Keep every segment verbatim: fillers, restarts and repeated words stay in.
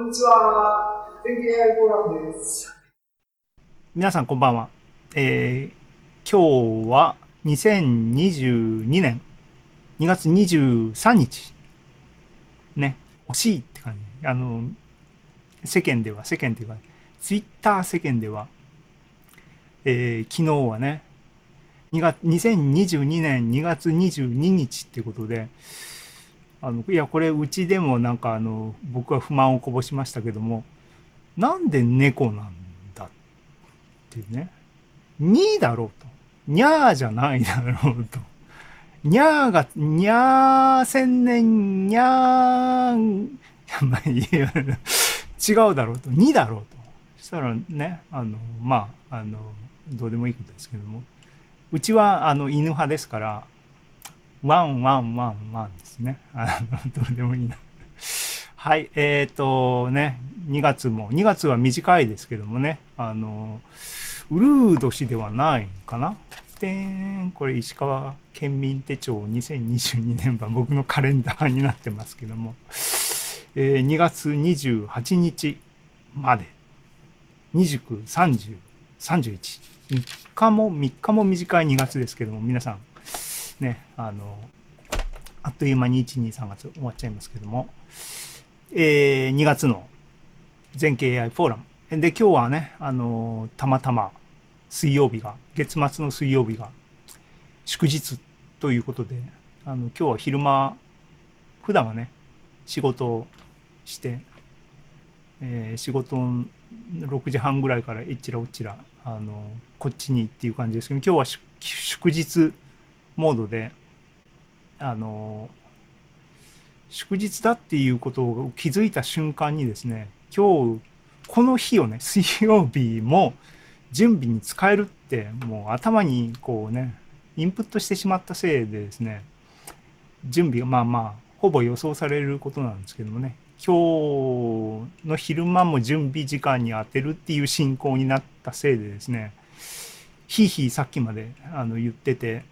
にちは。全経 エーアイ フォーラムです。 皆さんこんばんは。えー今日はにせんにじゅうにねんにがつにじゅうさんにち。ね。惜しいって感じ。あの、世間では、世間というか、ツイッター世間では、えー昨日はね、にがつ、にせんにじゅうにねんにがつにじゅうににちっていうことで、あの、いや、これうちでもなんかあの、僕は不満をこぼしましたけども、なんで猫なんだっていうね。にだろうと。にゃーじゃないだろうと。にゃーが、にゃー千年、にゃー、まあいいや、違うだろうと。にだろうと。そしたらね、あの、まあ、あの、どうでもいいことですけども。うちは、あの、犬派ですから、ワンワンワンワンですね。あの、どうでもいいな。はい、えっ、ー、とね、にがつも、にがつは短いですけどもね、あの、ウルー年ではないかな。でん、これ石川県民手帳にせんにじゅうにねん版、僕のカレンダーになってますけども、えー、にがつにじゅうはちにちまで、にじゅうく、さんじゅう、さんじゅういち、みっかも、みっかも短いにがつですけども、皆さん、ね、あの、あっという間にいち、に、さんがつ終わっちゃいますけども、えー、にがつの全経 エーアイ フォーラム。で、今日はね、あのたまたま水曜日が、月末の水曜日が祝日ということで、あの、今日は昼間、普段はね、仕事をして、えー仕事ろくじはんぐらいからえっちらおっちら、あの、こっちにっていう感じですけど、今日は祝日モードで、あの、祝日だっていうことを気づいた瞬間にですね、今日、この日をね、水曜日も準備に使えるって、もう頭にこうね、インプットしてしまったせいでですね、準備がまあまあ、ほぼ予想されることなんですけどもね、今日の昼間も準備時間に当てるっていう進行になったせいでですね、ひいひいさっきまであの言ってて、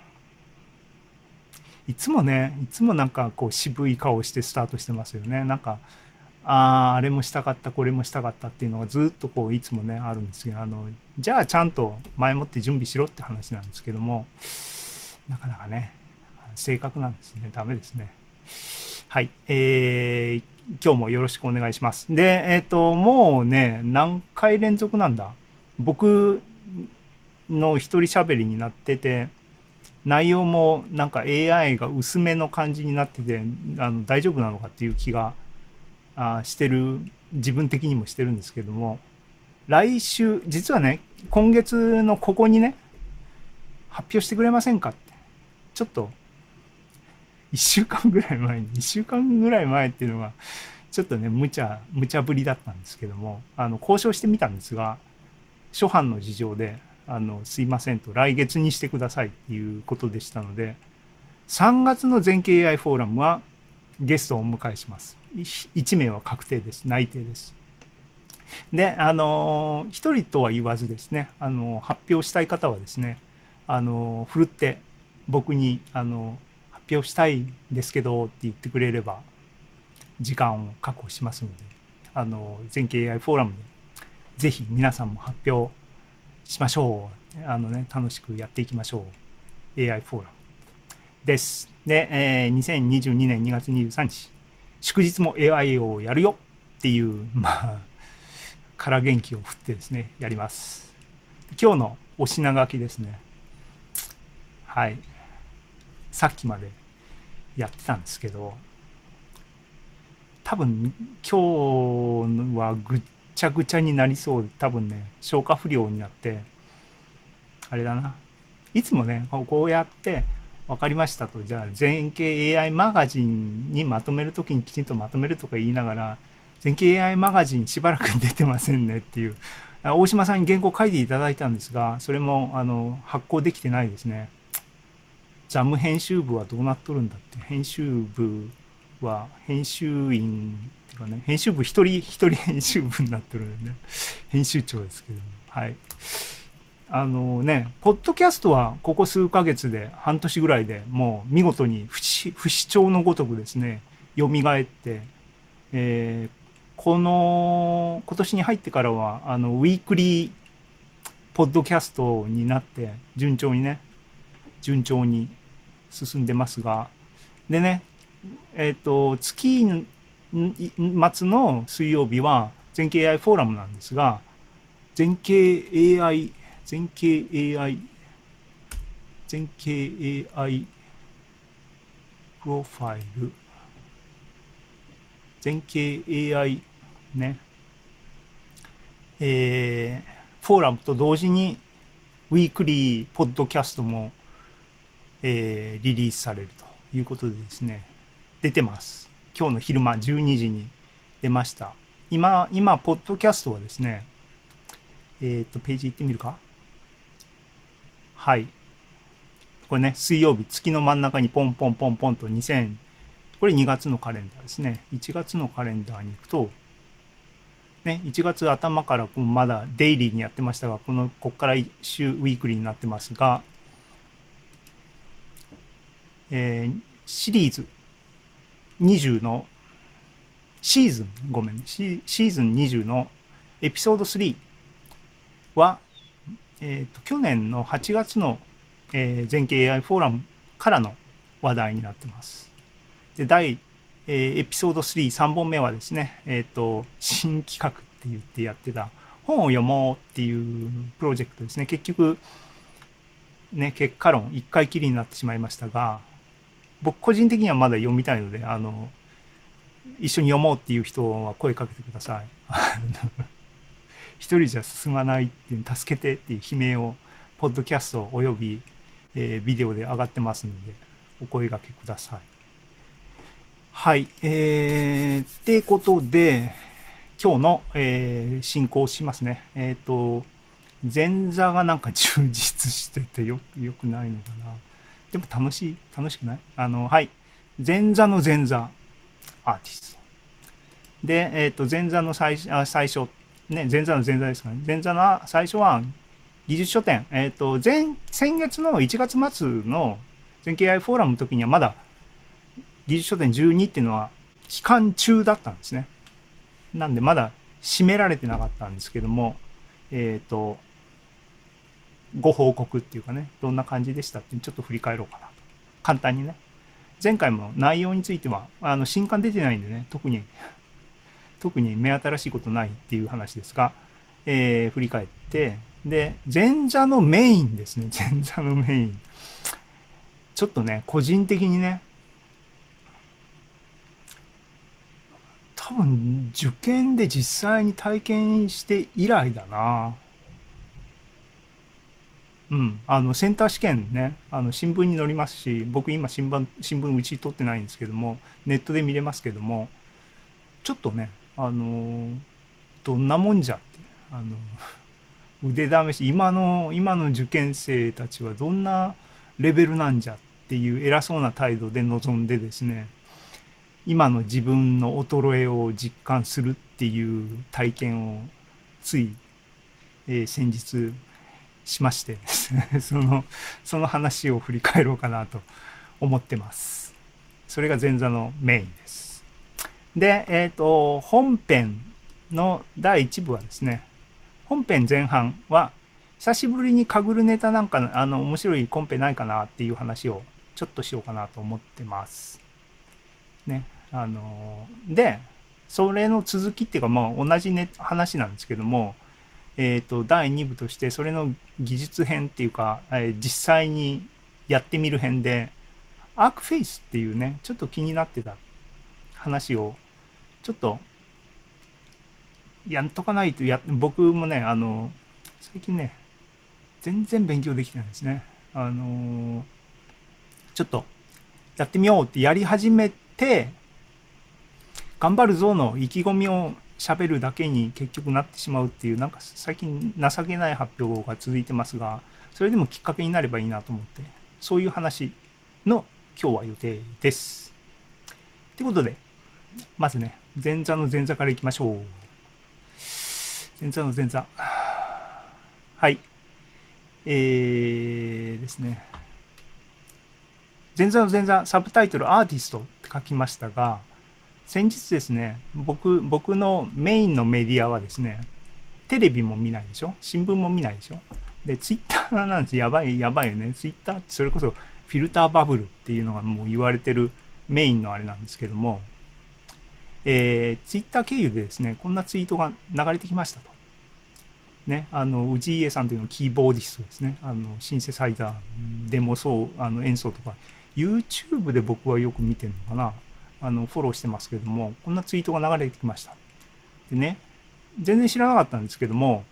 いつもね、いつもなんかこう渋い顔してスタートしてますよね。なんか、ああ、あれもしたかった、これもしたかったっていうのがずっとこういつもね、あるんですけど、あの、じゃあちゃんと前もって準備しろって話なんですけども、なかなかね、正確なんですね。ダメですね。はい。えー、今日もよろしくお願いします。で、えっ、と、もうね、何回連続なんだ。僕の一人喋りになってて、内容もなんか エーアイ が薄めの感じになってて、あの大丈夫なのかっていう気があしてる、自分的にもしてるんですけども、来週、実はね、今月のここにね、発表してくれませんかって、ちょっといっしゅうかんぐらい前に、いっしゅうかんぐらい前っていうのが、ちょっとね、無茶、無茶ぶりだったんですけども、あの、交渉してみたんですが、初版の事情で、あの、すいませんと、来月にしてくださいっていうことでしたので、さんがつの全経 エーアイ フォーラムはゲストをお迎えします。いち名は確定です。内定です。で、あの、一人とは言わずですね、あの、発表したい方はですね、あの、ふるって僕に、あの、発表したいんですけどって言ってくれれば、時間を確保しますので、あの、全経 エーアイ フォーラムで、ぜひ皆さんも発表しましょう。あのね、楽しくやっていきましょう。エーアイ フォーラムです。で、えー、にせんにじゅうにねんにがつにじゅうさんにち、祝日も エーアイ をやるよっていう、まあ、空元気を振ってですね、やります。今日のお品書きですね。はい。さっきまでやってたんですけど、多分今日はぐっちゃぐちゃになりそうで、多分ね、消化不良になって、あれだな。いつもね、こうやって、分かりましたと、じゃあ全景 エーアイ マガジンにまとめるときにきちんとまとめるとか言いながら、全景 エーアイ マガジンしばらく出てませんねっていう、大島さんに原稿書いていただいたんですが、それもあの発行できてないですね。ザム編集部はどうなっとるんだって、編集部は編集員っていうかね、編集部一人一人編集部になってるんでね、編集長ですけども、はい。あのね、ポッドキャストはここ数ヶ月で、半年ぐらいでもう見事に不死不死鳥のごとくですね、蘇って、えーこの、今年に入ってからは、あの、ウィークリーポッドキャストになって、順調にね、順調に進んでますが、でね、えっ、と、月末の水曜日は全景 エーアイ フォーラムなんですが、全景 エーアイ、全景 エーアイ、全景 エーアイ プロファイル、全景 エーアイ ね、えー、フォーラムと同時にウィークリーポッドキャストも、えーリリースされるということでですね、出てます。今日の昼間じゅうにじに出ました。今、今、ポッドキャストはですね、えっ、と、ページ行ってみるか。はい。これね、水曜日、月の真ん中にポンポンポンポンとにせん、これにがつのカレンダーですね。いちがつのカレンダーに行くと、ね、いちがつ頭からまだデイリーにやってましたが、この、こっから週ウィークリーになってますが、えーシリーズにじゅうの、シーズン、ごめん、シシーズンにじゅうのエピソードスリーは、えーと、去年のはちがつの、えー全景 エーアイ フォーラムからの話題になってます。で、第、えーエピソードスリー、さんぼんめはですね、えっ、と、新企画って言ってやってた本を読もうっていうプロジェクトですね。結局、ね、結果論いっかいきりになってしまいましたが、僕個人的にはまだ読みたいので、あの、一緒に読もうっていう人は声かけてください。一人じゃ進まないっていう、助けてっていう悲鳴を、ポッドキャストおよび、えービデオで上がってますので、お声掛けください。はい。えー、ってことで、今日の、えー進行しますね。えっ、と、前座がなんか充実しててよ、よくないのかな。でも楽しい、楽しくないあの、はい。前座の前座、アーティスト。で、えっ、と、前座の最あ最初、ね、前座の前座ですかね。前座の最初は、技術書店。えっ、と、前、先月のいちがつ末の全景 エーアイ フォーラムの時にはまだ技術書店じゅうにっていうのは期間中だったんですね。なんでまだ閉められてなかったんですけども、えっ、と、ご報告っていうかね、どんな感じでしたってちょっと振り返ろうかなと。簡単にね。前回も内容については、あの、新刊出てないんでね、特に、特に目新しいことないっていう話ですが、えー、振り返って、で、前座のメインですね。前座のメイン。ちょっとね、個人的にね、多分受験で実際に体験して以来だな。うん。あの、センター試験ね、あの、新聞に載りますし、僕今新聞、新聞うち取ってないんですけども、ネットで見れますけども、ちょっとね、あの、どんなもんじゃって、あの、腕試し、今の、今の受験生たちはどんなレベルなんじゃっていう偉そうな態度で臨んでですね、今の自分の衰えを実感するっていう体験をつい、えー先日しましてですねその、その話を振り返ろうかなと思ってます。それが前座のメインです。で、えっ、と、本編のだいいち部はですね、本編前半は、久しぶりにかぐるネタなんか、あの、面白いコンペないかなっていう話をちょっとしようかなと思ってます。ね。あの、で、それの続きっていうか、まあ、同じ、ね、話なんですけども、えっ、と、だいに部として、それの技術編っていうか、えー実際にやってみる編で、アークフェイスっていうね、ちょっと気になってた話を、ちょっと、やっとかないと、や、僕もね、あの、最近ね、全然勉強できてないですね。あの、ちょっと、やってみようってやり始めて、頑張るぞの意気込みを喋るだけに結局なってしまうっていう、なんか最近情けない発表が続いてますが、それでもきっかけになればいいなと思って、そういう話の今日は予定です。ということで、まずね、前座の前座からいきましょう。前座の前座。はい。えーですね。前座の前座、サブタイトルアーティストって書きましたが、 先日ですね、僕、僕のメインのメディアはですね、テレビも見ないでしょ、新聞も見ないでしょ、で、ツイッターなんです。やばい、やばいよね。ツイッターってそれこそフィルターバブルっていうのがもう言われてるメインのあれなんですけども、えー、ツイッター経由でですね、こんなツイートが流れてきましたと。ね、あの、氏家さんというのはキーボーディストですね。あの、シンセサイザーでもそう、あの、演奏とか、YouTube で僕はよく見てるのかな。あの、フォローしてますけども、こんなツイートが流れてきました。でね、全然知らなかったんですけども、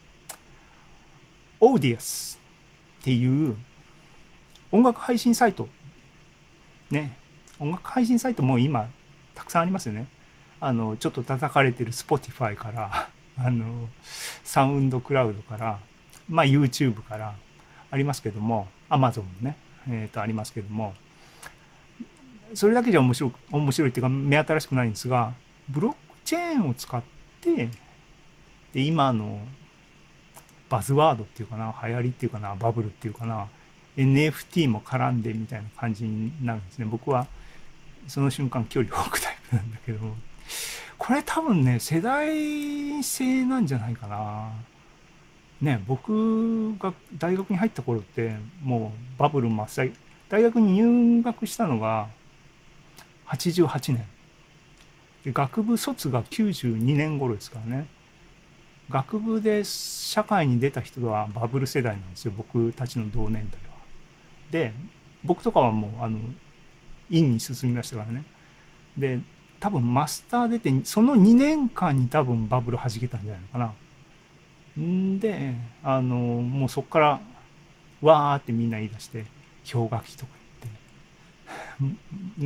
オーディアスっていう音楽配信サイト、ね、音楽配信サイトも今、たくさんありますよね。あの、ちょっと叩かれてる Spotify から、あの、サウンドクラウドから、まあ YouTube からありますけども、Amazon もね、えっ、と、ありますけども、それだけじゃ面白い、面白いっていうか目新しくないんですが、ブロックチェーンを使って、で、今のバズワードっていうかな、流行りっていうかな、バブルっていうかな、エヌエフティー も絡んでみたいな感じになるんですね。僕はその瞬間距離を置くタイプなんだけども、これ多分ね、世代性なんじゃないかな。ね、僕が大学に入った頃って、もうバブル真っ最中、大学に入学したのがはちじゅうはちねん。で学部卒がきゅうじゅうにねん頃ですからね。学部で社会に出た人はバブル世代なんですよ。僕たちの同年代は。で、僕とかはもう、あの、院に進みましたからね。で、多分マスター出て、そのにねんかんに多分バブル弾けたんじゃないのかな。んで、あの、もうそこから、わーってみんな言い出して、氷河期とか言って。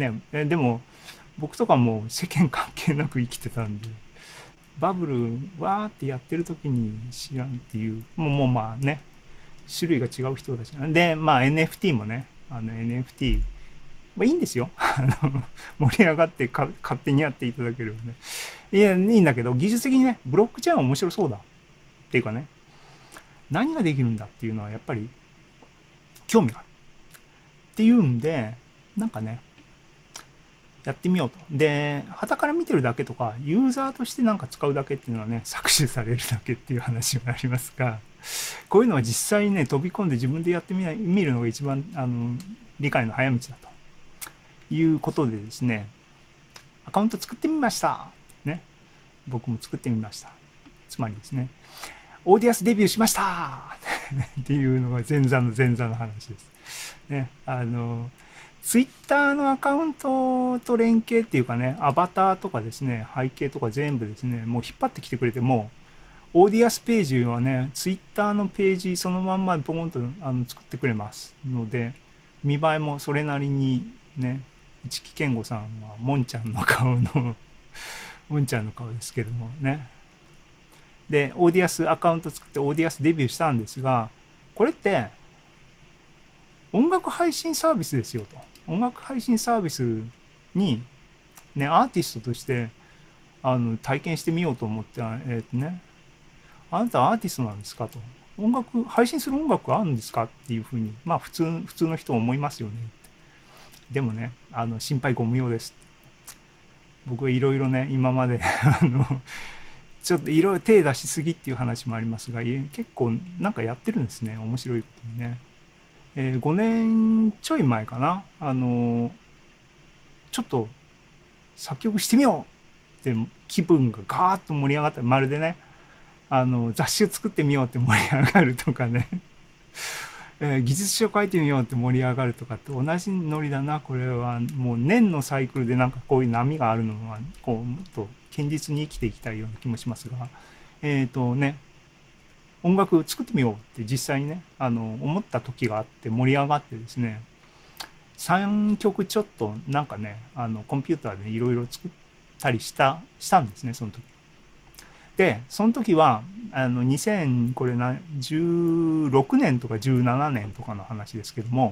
ね、でも、僕とかもう世間関係なく生きてたんで、バブルわーってやってる時に知らんっていう、もうもうまあね、種類が違う人たちなんで、まあ エヌエフティー もね、あの エヌエフティー、まあいいんですよ。あの、盛り上がってか勝手にやっていただければね。いや、いいんだけど、技術的にね、ブロックチェーンは面白そうだ。っていうかね、何ができるんだっていうのはやっぱり興味がある。っていうんで、なんかね、やってみようと。で、傍から見てるだけとか、ユーザーとしてなんか使うだけっていうのはね、搾取されるだけっていう話がありますが、こういうのは実際にね、飛び込んで自分でやってみない、見るのが一番、あの、理解の早道だということでですね、アカウント作ってみました。ね。僕も作ってみました。つまりですね、オーディアスデビューしましたっていうのが前座の前座の話です。ね。あの、ツイッターのアカウントと連携っていうかね、アバターとかですね、背景とか全部ですね、もう引っ張ってきてくれても、オーディアスページはね、ツイッターのページそのまんまボーンとあの作ってくれますので、見栄えもそれなりにね、市木健吾さんはもんちゃんの顔のもんちゃんの顔ですけどもね。で、オーディアスアカウント作ってオーディアスデビューしたんですが、これって音楽配信サービスですよと。音楽配信サービスにね、アーティストとしてあの体験してみようと思って、えっ、とね、あなたはアーティストなんですかと。音楽、配信する音楽あるんですかっていうふうに、まあ普通、普通の人思いますよね。でもね、あの、心配ご無用です。僕はいろいろね、今まであの、ちょっといろいろ手出しすぎっていう話もありますが、結構なんかやってるんですね。面白いことにね。えー、ごねんちょい前かな。あの、ちょっと作曲してみようって気分がガーッと盛り上がった。まるでね、あの、雑誌を作ってみようって盛り上がるとかね。えー、技術書書いてみようって盛り上がるとかって同じノリだな。これはもう年のサイクルでなんかこういう波があるのは、こう、もっと堅実に生きていきたいような気もしますが、えっ、ー、とね、音楽作ってみようって実際にね、あの、思った時があって盛り上がってですね、さんきょくちょっとなんかね、あの、コンピューターでいろいろ作ったりした、したんですね、その時。で、その時は、あの、にせん、これな、じゅうろくねんとかじゅうななねんとかの話ですけども、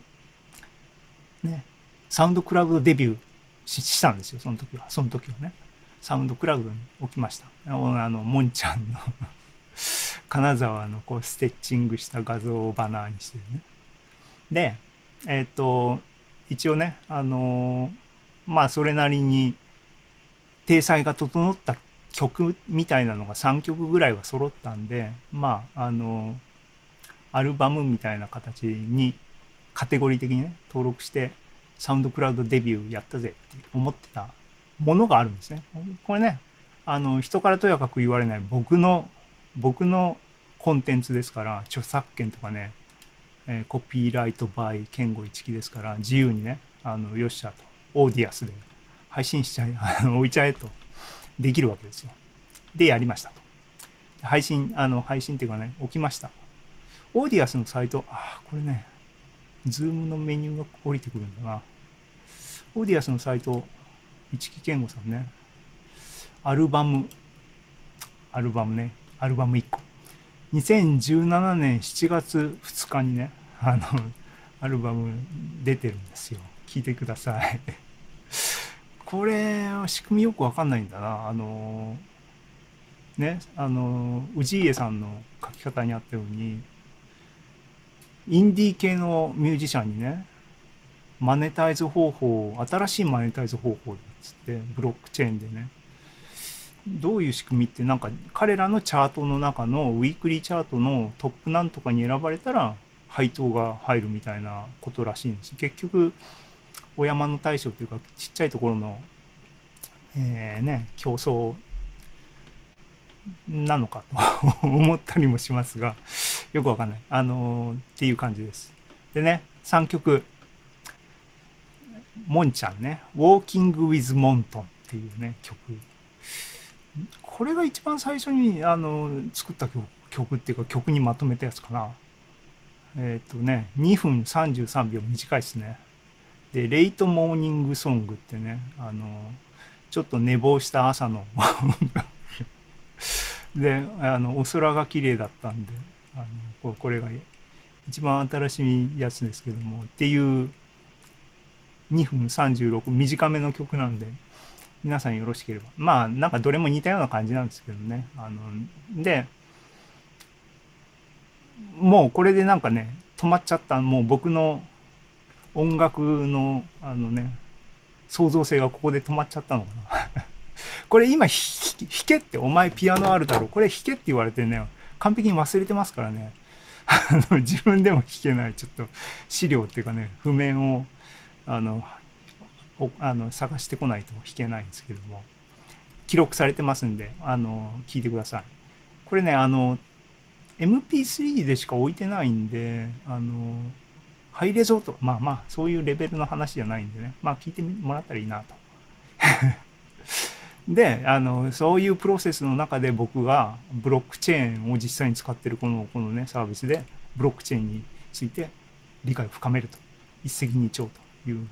ね、サウンドクラウドデビューししたんですよ、その時は。その時はね。サウンドクラウドに置きました。あの、もんちゃんの金沢のこうステッチングした画像をバナーにしてるね。で、えっ、と、一応ね、あのーまあ、それなりに体裁が整った曲みたいなのがさんきょくぐらいは揃ったんで、まあ、あの、アルバムみたいな形にカテゴリー的にね、登録して、サウンドクラウドデビューやったぜって思ってたものがあるんですね。これね、あの、人からとやかく言われない僕の、僕のコンテンツですから、著作権とかね、えーコピーライトバイ健吾一木ですから、自由にね、あの、よっしゃと、オーディアスで配信しちゃい、あの置いちゃえと、できるわけですよ。で、やりましたと。配信、あの、配信っていうかね、置きました。オーディアスのサイト、ああ、これね、ズームのメニューが降りてくるんだな。オーディアスのサイト、一木健吾さんね、アルバム、アルバムね、アルバムいっこ。にせんじゅうななねんしちがつふつかにね、あの、アルバム出てるんですよ。聞いてください。これ、仕組みよくわかんないんだな。あの、ね、あの、氏家さんの書き方にあったように、インディー系のミュージシャンにね、マネタイズ方法、新しいマネタイズ方法だっつって、ブロックチェーンでね、どういう仕組みって、なんか彼らのチャートの中のウィークリーチャートのトップなんとかに選ばれたら配当が入るみたいなことらしいんです。結局、お山の大将というか、ちっちゃいところの、えー、ね、競争なのかと思ったりもしますが、よくわかんない。あのーっていう感じです。でね、さんきょく、モンちゃんね、Walking with Monton っていうね、曲。これが一番最初に、あのー作った曲、曲っていうか曲にまとめたやつかな。えっ、とね、にふんさんじゅうさんびょう短いですね。で、レイトモーニングソングってね、あのーちょっと寝坊した朝ので、あの、お空が綺麗だったんで、あの、ここれが一番新しいやつですけども、っていうにふんさんじゅうろく短めの曲なんで、皆さんよろしければ。まあ、なんかどれも似たような感じなんですけどね。あの、で、もうこれでなんかね、止まっちゃった、もう僕の音楽の、あのね、創造性がここで止まっちゃったのかな。これ今弾けって、お前ピアノあるだろ、これ弾けって言われてね、完璧に忘れてますからね。あの自分でも弾けない、ちょっと資料っていうかね、譜面を、あの、あの探してこないと弾けないんですけども、記録されてますんで、あの、聞いてください。これね、あの、エムピースリー でしか置いてないんで、あの、ハイレゾーとか、まあまあ、そういうレベルの話じゃないんでね、まあ聞いてもらったらいいなと。で、あの、そういうプロセスの中で僕がブロックチェーンを実際に使ってるこの、このね、サービスで、ブロックチェーンについて理解を深めると。一石二鳥という、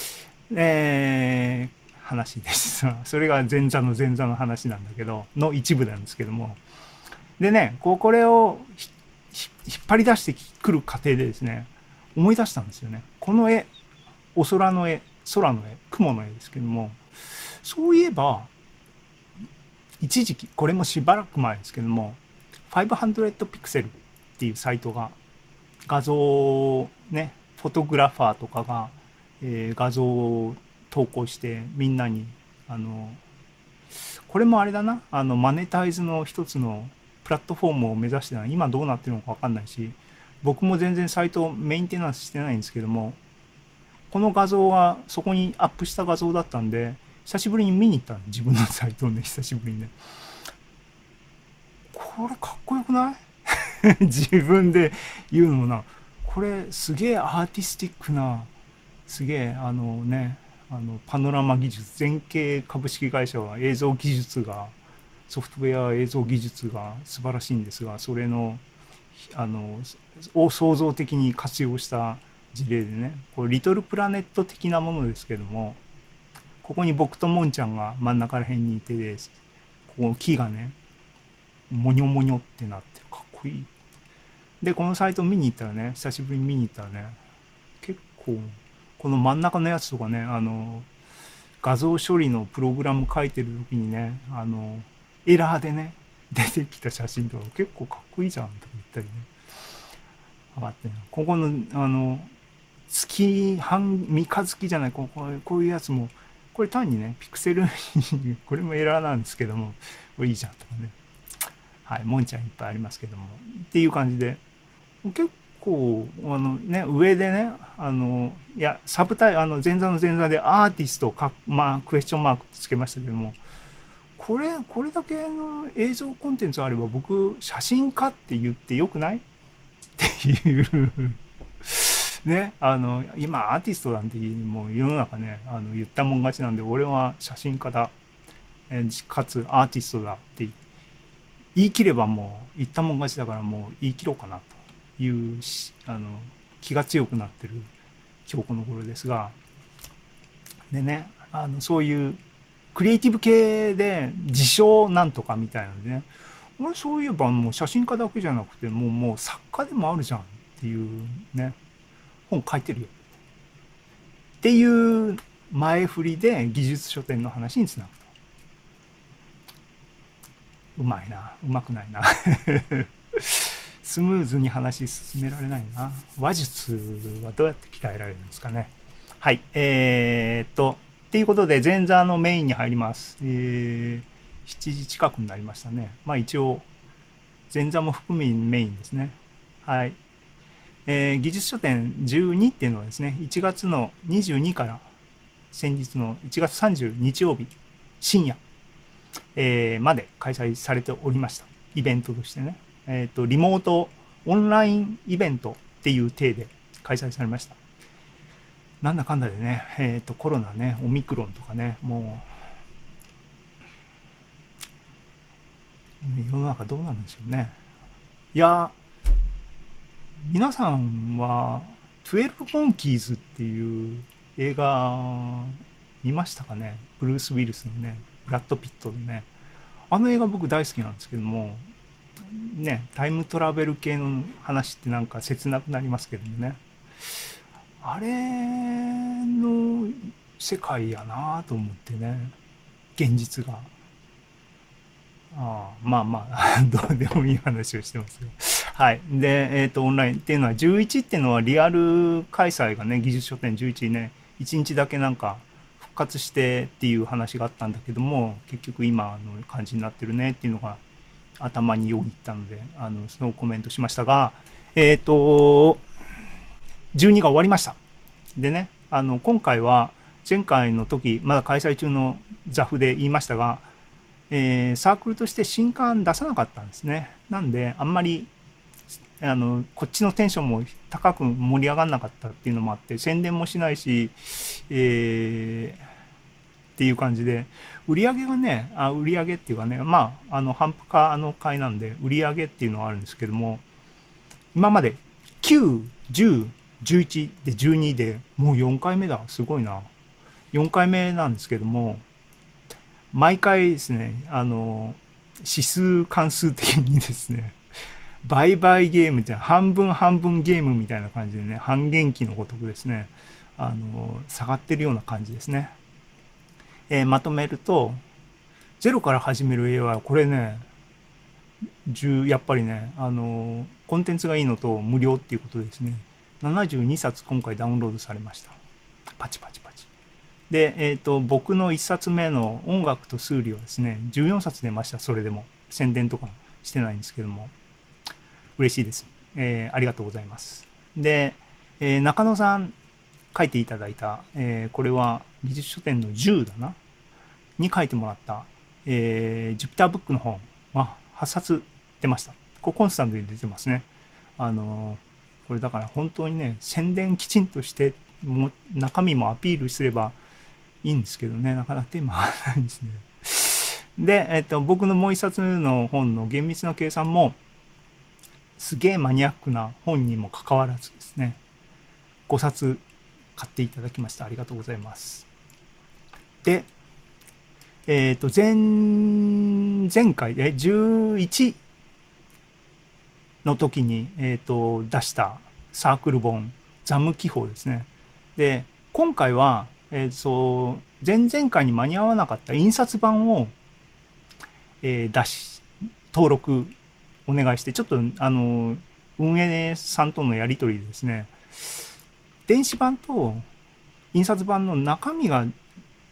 えー、話です。それが前座の前座の話なんだけど、の一部なんですけども。でね、こう、これを引っ張り出してくる過程でですね、思い出したんですよね。この絵、お空の絵、空の絵、雲の絵ですけども、そういえば、一時期、これもしばらく前ですけども、ごひゃくピクセルっていうサイトが、画像ね、フォトグラファーとかが、えー画像を投稿してみんなに、あの、これもあれだな、あの、マネタイズの一つのプラットフォームを目指してない、今どうなってるのかわかんないし、僕も全然サイトメンテナンスしてないんですけども、この画像はそこにアップした画像だったんで、久しぶりに見に行ったの。自分のサイトをね、久しぶりにね。これかっこよくない自分で言うのもな。これすげえアーティスティックな、すげえあのね、あのパノラマ技術、全景株式会社は映像技術が、ソフトウェア映像技術が素晴らしいんですが、それの、あの、を創造的に活用した事例でね、これリトルプラネット的なものですけども、ここに僕とモンちゃんが真ん中ら辺にいてです、ここ木がね、モニョモニョってなってる。かっこいい。で、このサイト見に行ったらね、久しぶりに見に行ったらね、結構、この真ん中のやつとかね、あの、画像処理のプログラム書いてる時にね、あの、エラーでね、出てきた写真とか結構かっこいいじゃんとか言ったりね。あってね、ここの、あの、月半、三日月じゃない、こうこうこういうやつもこれ単にね、ピクセルこれもエラーなんですけども、これいいじゃんとかね。はい、もんちゃんいっぱいありますけども。っていう感じで、結構、あのね、上でね、あの、いや、サブタイ、あの、前座の前座でアーティストをか、まあ、クエスチョンマークつけましたけども、これ、これだけの映像コンテンツあれば、僕、写真家って言ってよくないっていうね、あの、今、アーティストなんてもう世の中ね、あの、言ったもん勝ちなんで、俺は写真家だ、えかつアーティストだって言い切ればもう、言ったもん勝ちだからもう言い切ろうかなという、あの、気が強くなってる今日この頃ですが、でね、あの、そういうクリエイティブ系で自称なんとかみたいなのでね、俺そういえばもう写真家だけじゃなくて、もうもう作家でもあるじゃんっていうね、本書いてるよっていう前振りで技術書店の話につなぐと。うまいな、うまくないな。スムーズに話進められないな。話術はどうやって鍛えられるんですかね。はい。えー、っと、っていうことで前座のメインに入ります。えー、しちじ近くになりましたね。まあ一応、前座も含みメインですね。はい。えー、技術書店じゅうにっていうのはですね、いちがつのにじゅうにから先日のいちがつさんじゅう日曜日深夜、えーまで開催されておりました。イベントとしてね。えっ、と、リモートオンラインイベントっていう体で開催されました。なんだかんだでね、えっ、と、コロナね、オミクロンとかね、もう、世の中どうなるんでしょうね。いや、皆さんは、トゥエルブ・モンキーズっていう映画見ましたかね。ブルース・ウィルスのね、ブラッド・ピットでね。あの映画僕大好きなんですけども、ね、タイムトラベル系の話ってなんか切なくなりますけどもね。あれの世界やなと思ってね。現実が。ああ、まあまあ、どうでもいい話をしてますよ。はい。で、えっ、と、オンラインっていうのは、じゅういちっていうのはリアル開催がね、技術書店じゅういちね、いちにちだけなんか復活してっていう話があったんだけども、結局今の感じになってるねっていうのが頭によぎったので、あの、そのコメントしましたが、えっ、と、じゅうにが終わりました。でね、あの、今回は前回の時、まだ開催中のザフで言いましたが、えーサークルとして新刊出さなかったんですね。なんで、あんまり、あの、こっちのテンションも高く盛り上がんなかったっていうのもあって、宣伝もしないし、えーっていう感じで、売り上げがね、あ、売り上げっていうかね、まあ、あの、反復化の会なんで、売り上げっていうのはあるんですけども、今まできゅう、じゅう、じゅういちでじゅうにで、もうよんかいめだ。すごいな。よんかいめなんですけども、毎回ですね、あの、指数関数的にですね、売買ゲームって半分半分ゲームみたいな感じでね、半減期のごとくですね、あの、下がってるような感じですね。えーまとめると、ゼロから始める エーアイ はこれね、じゅうやっぱりね、あの、コンテンツがいいのと無料っていうことですね。ななじゅうにさつ今回ダウンロードされました。パチパチパチ。で、えっ、と、僕のいっさつめの音楽と数理はですね、じゅうよんさつ出ました。それでも。宣伝とかしてないんですけども。嬉しいです。えーありがとうございます。で、えー中野さん書いていただいた、えーこれは技術書店のじゅうだなに書いてもらった、えー、ジュピターブックの本ははっさつ出ました。これコンスタントに出てますね。あのーこれだから本当にね、宣伝きちんとして、も中身もアピールすればいいんですけどね、なかなか手間がないんですね。で、えっと、僕のもう一冊の本の厳密な計算も、すげえマニアックな本にもかかわらずですね、ごさつ買っていただきました。ありがとうございます。で、えっ、と、前、前回でじゅういちの時に、えっ、と、出したサークル本、ザム記法ですね。で、今回は、えっ、と、前々回に間に合わなかった印刷版を、えー出し、登録お願いして、ちょっと、あの、運営さんとのやり取りでですね、電子版と印刷版の中身が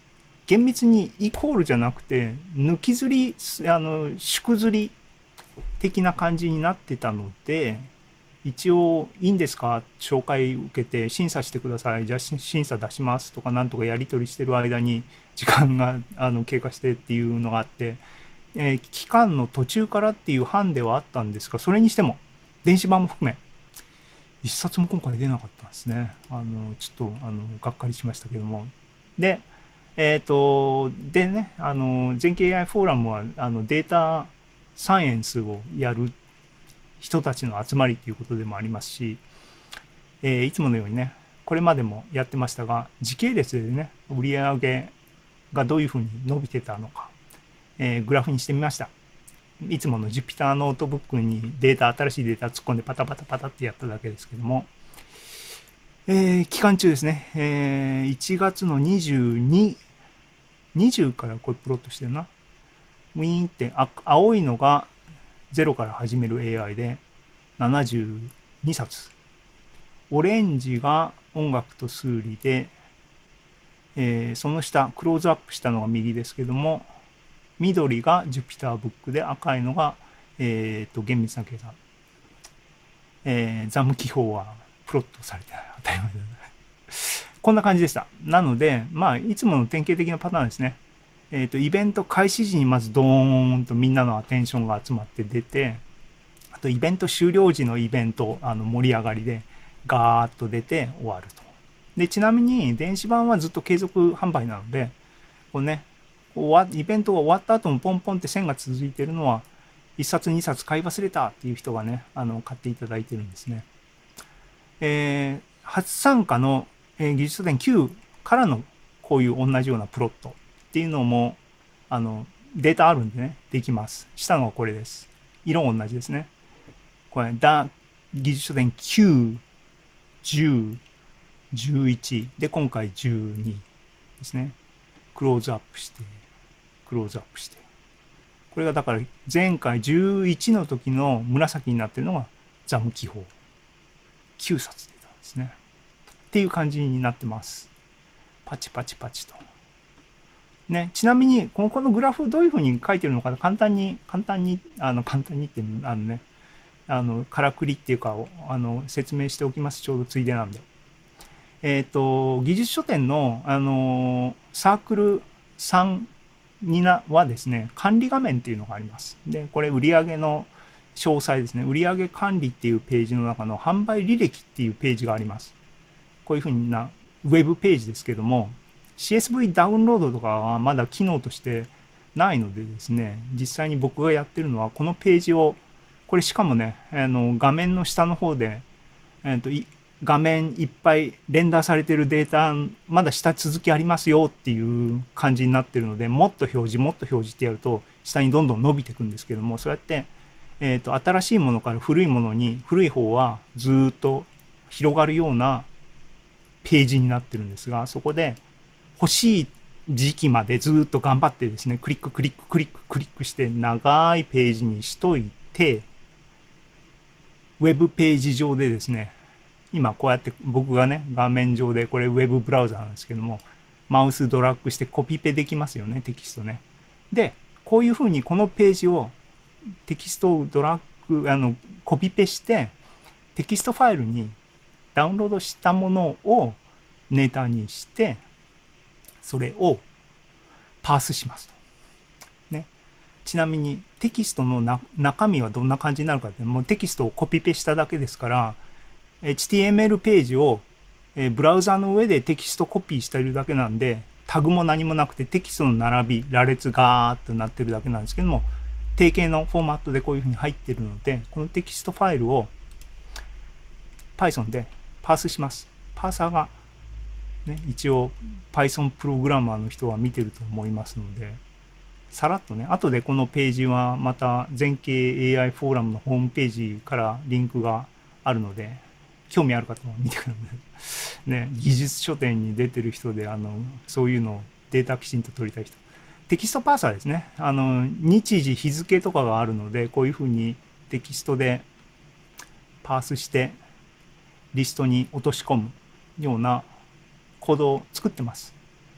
厳密にイコールじゃなくて、抜きずり、あの、縮ずり的な感じになってたので、一応いいんですか紹介受けて審査してください。じゃあ審査出しますとかなんとかやり取りしてる間に時間があの経過してっていうのがあって、えー期間の途中からっていう班ではあったんですが、それにしても電子版も含め一冊も今回出なかったんですね。あの、ちょっとあのがっかりしましたけども。で、えっ、と、でね、あの、全景 エーアイ フォーラムはあのデータサイエンスをやる人たちの集まりということでもありますし、えーいつものようにね、これまでもやってましたが、時系列でね、売上がどういうふうに伸びてたのか、えーグラフにしてみました。いつもの Jupyter ノートブックにデータ、新しいデータ突っ込んでパタパタパタってやっただけですけども、えー期間中ですね、えーいちがつのにじゅうに、にじゅうからこれプロットしてるな。ウィーンってあ青いのがゼロから始める エーアイ でななじゅうにさつ。オレンジが音楽と数理で、えーその下、クローズアップしたのが右ですけども、緑が Jupyter ブックで赤いのが、えーと厳密な計算。えー、ザム記法はプロットされてない。当たり前だね。こんな感じでした。なので、まあ、いつもの典型的なパターンですね。えっ、と、イベント開始時にまずドーンとみんなのアテンションが集まって出て、あとイベント終了時のイベント、あの盛り上がりでガーッと出て終わると。で、ちなみに電子版はずっと継続販売なので、こうね、終わイベントが終わった後もポンポンって線が続いているのは、いっさつにさつ買い忘れたっていう人がね、あの、買っていただいてるんですね。えー初参加の、えー技術書店きゅうからのこういう同じようなプロットっていうのも、あの、データあるんでね、できます。下のはこれです。色同じですね。これ、だ、技術書店きゅう、じゅう、じゅういち、で、今回じゅうにですね。クローズアップして、クローズアップして。これがだから前回じゅういちの時の紫になってるのがザム記法。きゅうさつ出たんですね。っていう感じになってます。パチパチパチと。ね、ちなみに、このこのグラフどういうふうに書いてるのか簡単に、簡単に、あの、簡単にって、あのね、あの、からくりっていうかを、あの、説明しておきます。ちょうどついでなんで。えっ、と、技術書店の、あの、サークルさんになはですね、管理画面っていうのがあります。で、これ売上の詳細ですね。売上管理っていうページの中の販売履歴っていうページがあります。こういうふうなウェブページですけども、シーエスブイ ダウンロードとかはまだ機能としてないのでですね、実際に僕がやってるのはこのページを、これしかもね、あの画面の下の方で、えーとい画面いっぱいレンダーされてるデータ、まだ下続きありますよっていう感じになってるので、もっと表示、もっと表示ってやると、下にどんどん伸びていくんですけども、そうやって、えっと、新しいものから古いものに、古い方はずっと広がるようなページになってるんですが、そこで欲しい時期までずっと頑張ってですね、クリッククリッククリッククリックして長いページにしといて、ウェブページ上でですね、今こうやって僕がね、画面上でこれウェブブラウザなんですけども、マウスドラッグしてコピペできますよね、テキストね。で、こういうふうにこのページをテキストをドラッグ、あの、コピペして、テキストファイルにダウンロードしたものをネタにして、それをパースしますと。ね。ちなみにテキストのな中身はどんな感じになるかって、もうテキストをコピペしただけですから、エイチティーエムエル ページをブラウザの上でテキストコピーしているだけなんで、タグも何もなくてテキストの並び、羅列がーっとなってるだけなんですけども、定型のフォーマットでこういうふうに入ってるので、このテキストファイルを Python でパースします。パーサーが、ね、一応 Python プログラマーの人は見てると思いますので、さらっとね、後でこのページはまた全景 エーアイ フォーラムのホームページからリンクがあるので、興味ある方も見てください。ね、技術書店に出てる人で、あの、そういうのをデータきちんと取りたい人。テキストパーサーですね。あの、日時、日付とかがあるので、こういうふうにテキストでパースしてリストに落とし込むようなコードを作ってます。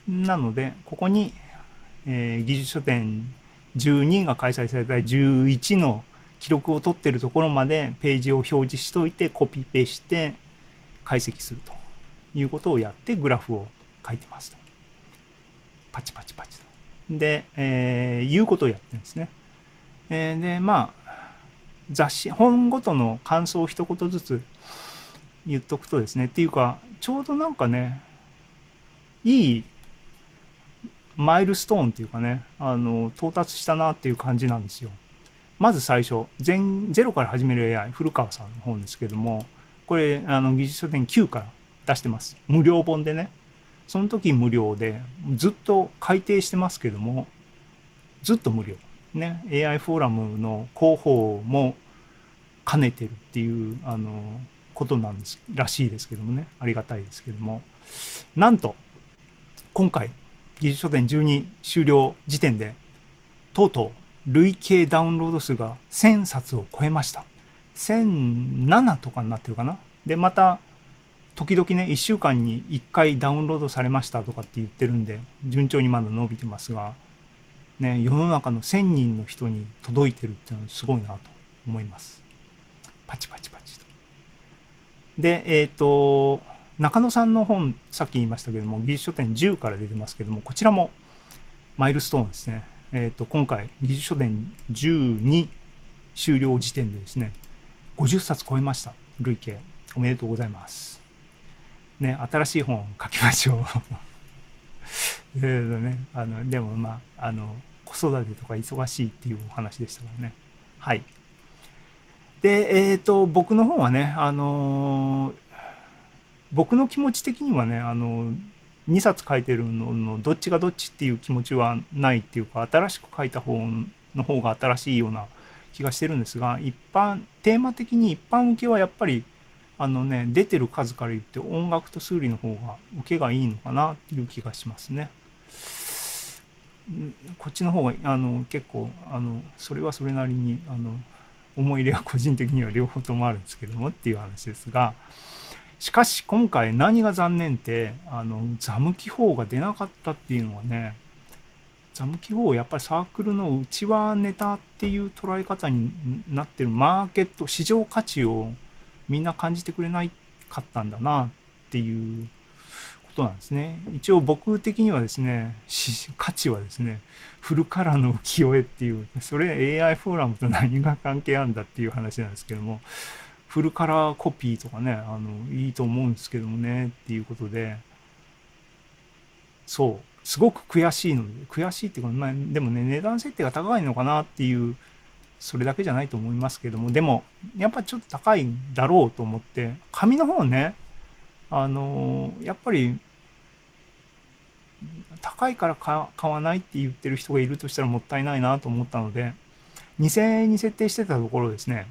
なので、ここに、えー技術書店じゅうにが開催されたじゅういちの記録を取ってるところまでページを表示しといてコピペして解析するということをやってグラフを書いてますと。パチパチパチと。で、えー、いうことをやってるんですね。えー、で、まあ、雑誌、本ごとの感想を一言ずつ言っとくとですね、っていうか、ちょうどなんかね、いいマイルストーンっていうかね、あの、到達したなっていう感じなんですよ。まず最初、全ゼロから始める エーアイ、古川さんの本ですけども、これ、あの、技術書店きゅうから出してます。無料本でね。その時無料で、ずっと改訂してますけども、ずっと無料。ね。エーアイ フォーラムの広報も兼ねてるっていう、あの、ことなんです、らしいですけどもね。ありがたいですけども。なんと、今回、技術書店じゅうに終了時点で、とうとう累計ダウンロード数がせんさつを超えました。せんななとかになってるかな。で、また、時々ね、いっしゅうかんにいっかいダウンロードされましたとかって言ってるんで、順調にまだ伸びてますが、ね、世の中のせんにんの人に届いてるっていうのはすごいなと思います。パチパチパチと。で、えっ、と、中野さんの本、さっき言いましたけども、技術書店じゅうから出てますけども、こちらもマイルストーンですね。えっ、と、今回、技術書店じゅうに終了時点でですね、ごじゅっさつ超えました。累計。おめでとうございます。ね、新しい本書きましょう。でね、あの、でもまあ、あの、子育てとか忙しいっていうお話でしたからね。はい。で、えっ、と、僕の方はね、あのー僕の気持ち的にはね、あの、にさつ書いてるののどっちがどっちっていう気持ちはないっていうか、新しく書いた方の方が新しいような気がしてるんですが、一般、テーマ的に一般受けはやっぱり、あのね、出てる数から言って音楽と数理の方が受けがいいのかなっていう気がしますね。こっちの方が、あの、結構、あの、それはそれなりに、あの、思い入れは個人的には両方ともあるんですけどもっていう話ですが、しかし今回何が残念って、あの、ザム記法が出なかったっていうのはね、ザム記法やっぱりサークルの内輪ネタっていう捉え方になってるマーケット、市場価値をみんな感じてくれないかったんだなっていうことなんですね。一応僕的にはですね、価値はですね、フルカラーの浮世絵っていう、それ エーアイ フォーラムと何が関係あるんだっていう話なんですけども、フルカラーコピーとかね、あの、いいと思うんですけどもね、っていうことで、そう、すごく悔しいので、悔しいっていうか、まあ、でもね、値段設定が高いのかなっていう、それだけじゃないと思いますけども、でも、やっぱちょっと高いんだろうと思って、紙の方ね、あの、やっぱり、高いから買わないって言ってる人がいるとしたらもったいないなと思ったので、にせんえんに設定してたところですね、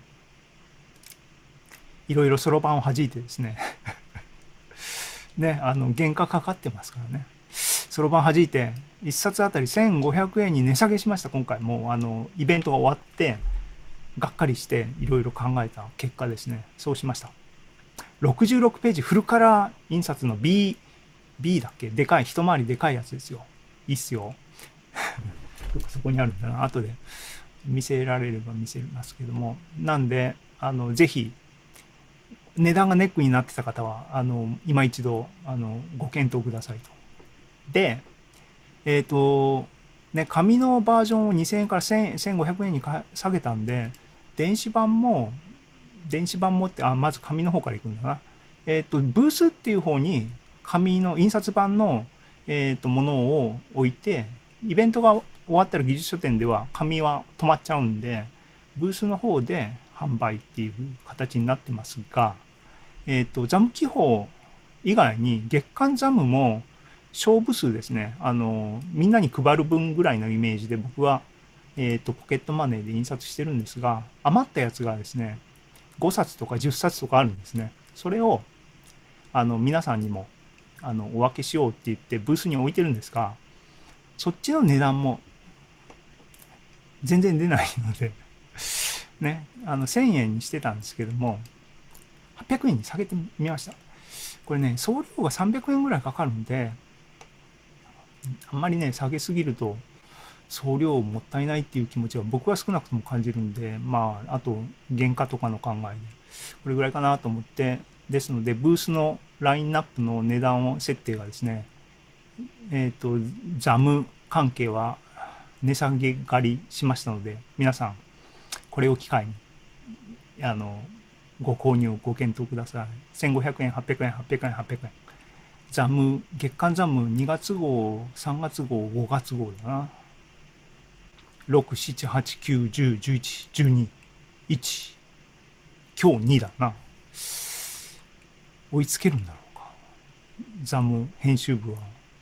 いろいろそろばんを弾いてですね、ね、あの、原価かかってますからね。そろばん弾いて、いっさつあたりせんごひゃくえんに値下げしました、今回。もう、あの、イベントが終わって、がっかりして、いろいろ考えた結果ですね、そうしました。ろくじゅうろくページフルカラー印刷の B、B だっけでかい、一回りでかいやつですよ。いいっすよ。そこにあるんだな。後で見せられれば見せますけども。なんで、あの、ぜひ、値段がネックになってた方は、あの、今一度、あの、ご検討くださいと。で、えっ、と、ね、紙のバージョンをにせんえんからせんごひゃくえんに下げたんで、電子版も、電子版もって、あ、まず紙の方からいくんだな。えっ、と、ブースっていう方に、紙の印刷版の、えっ、と、ものを置いて、イベントが終わったら技術書店では紙は止まっちゃうんで、ブースの方で販売っていう形になってますが、えっ、と、ザム記法以外に月間ザムも勝負数ですね。あの、みんなに配る分ぐらいのイメージで僕は、えっ、と、ポケットマネーで印刷してるんですが、余ったやつがですね、ごさつとかじゅっさつとかあるんですね。それを、あの、皆さんにも、あの、お分けしようって言ってブースに置いてるんですが、そっちの値段も全然出ないのでね、あの、せんえんにしてたんですけども、はっぴゃくえんに下げてみました。これね、送料がさんびゃくえんぐらいかかるんで、 あんまりね、下げすぎると送料もったいないっていう気持ちは僕は少なくとも感じるんで、まあ、あと原価とかの考えで、これぐらいかなと思って、ですので、ブースのラインナップの値段を設定がですね、えっ、と、ザム関係は値下げ狩りしましたので、皆さん、これを機会に、あの、ご購入、ご検討ください。せんごひゃくえん、はっぴゃくえん、はっぴゃくえん、はっぴゃくえん。ザム、月間ザムにがつ号、さんがつ号、ごがつ号だな。ろく、しち、はち、きゅう、じゅう、じゅういち、じゅうに、いち、今日にだな。追いつけるんだろうか。ザム編集部は。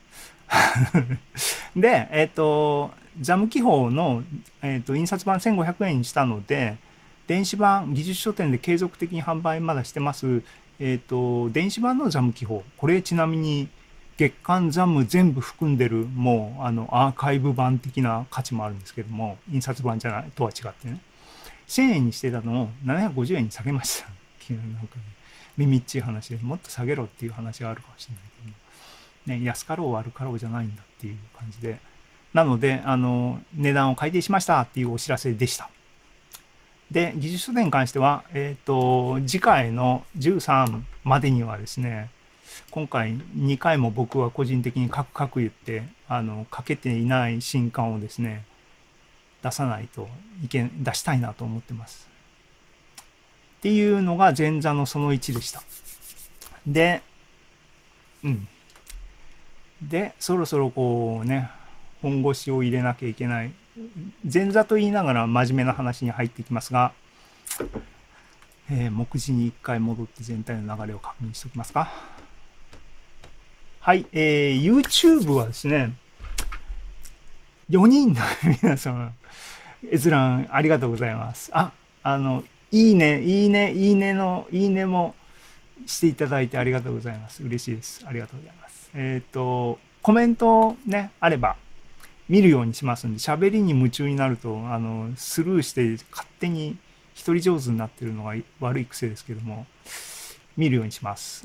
で、えっ、と、ザム記法の、えっ、と、印刷版せんごひゃくえんにしたので、電子版、技術書店で継続的に販売まだしてます、えっ、と、電子版のザム記法。これちなみに、月間ザム全部含んでる、もう、あの、アーカイブ版的な価値もあるんですけども、印刷版じゃないとは違ってね。せんえんにしてたのをななひゃくごじゅうえんに下げました。なんかね、耳っちい話でもっと下げろっていう話があるかもしれないけど、ね、安かろう悪かろうじゃないんだっていう感じで。なので、あの、値段を改定しましたっていうお知らせでした。で、技術書店に関しては、えっ、と、次回のじゅうさんまでにはですね、今回にかいも僕は個人的にカクカク言って、あの、かけていない新刊をですね、出さないといけん、出したいなと思ってます。っていうのが前座のそのいちでした。で、うん。で、そろそろこうね、本腰を入れなきゃいけない。前座と言いながら真面目な話に入っていきますが、えー、目次に一回戻って全体の流れを確認しておきますか。はい、えー、YouTube はですね、よにんの皆様、閲覧ありがとうございます。あ、あの、いいね、いいね、いいねの、いいねもしていただいてありがとうございます。嬉しいです。ありがとうございます。えっ、ー、と、コメントね、あれば見るようにしますんで、喋りに夢中になると、あの、スルーして勝手に一人上手になってるのが悪い癖ですけども、見るようにします。